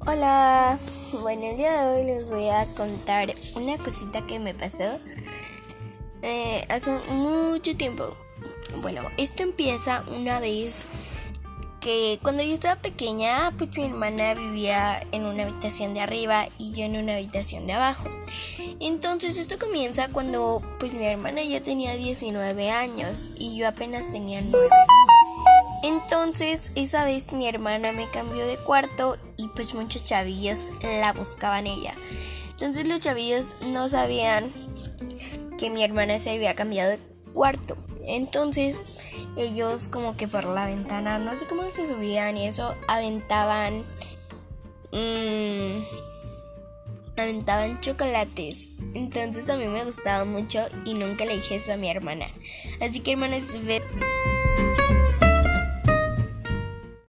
Hola, bueno, el día de hoy les voy a contar una cosita que me pasó hace mucho tiempo. Bueno, esto empieza una vez que cuando yo estaba pequeña, pues mi hermana vivía en una habitación de arriba y yo en una habitación de abajo. Entonces esto comienza cuando pues mi hermana ya tenía 19 años y yo apenas tenía 9. Entonces esa vez mi hermana me cambió de cuarto y pues muchos chavillos la buscaban ella. Entonces los chavillos no sabían que mi hermana se había cambiado de cuarto. Entonces ellos como que por la ventana, no sé cómo se subían y eso, aventaban chocolates. Entonces a mí me gustaba mucho y nunca le dije eso a mi hermana. Así que hermana,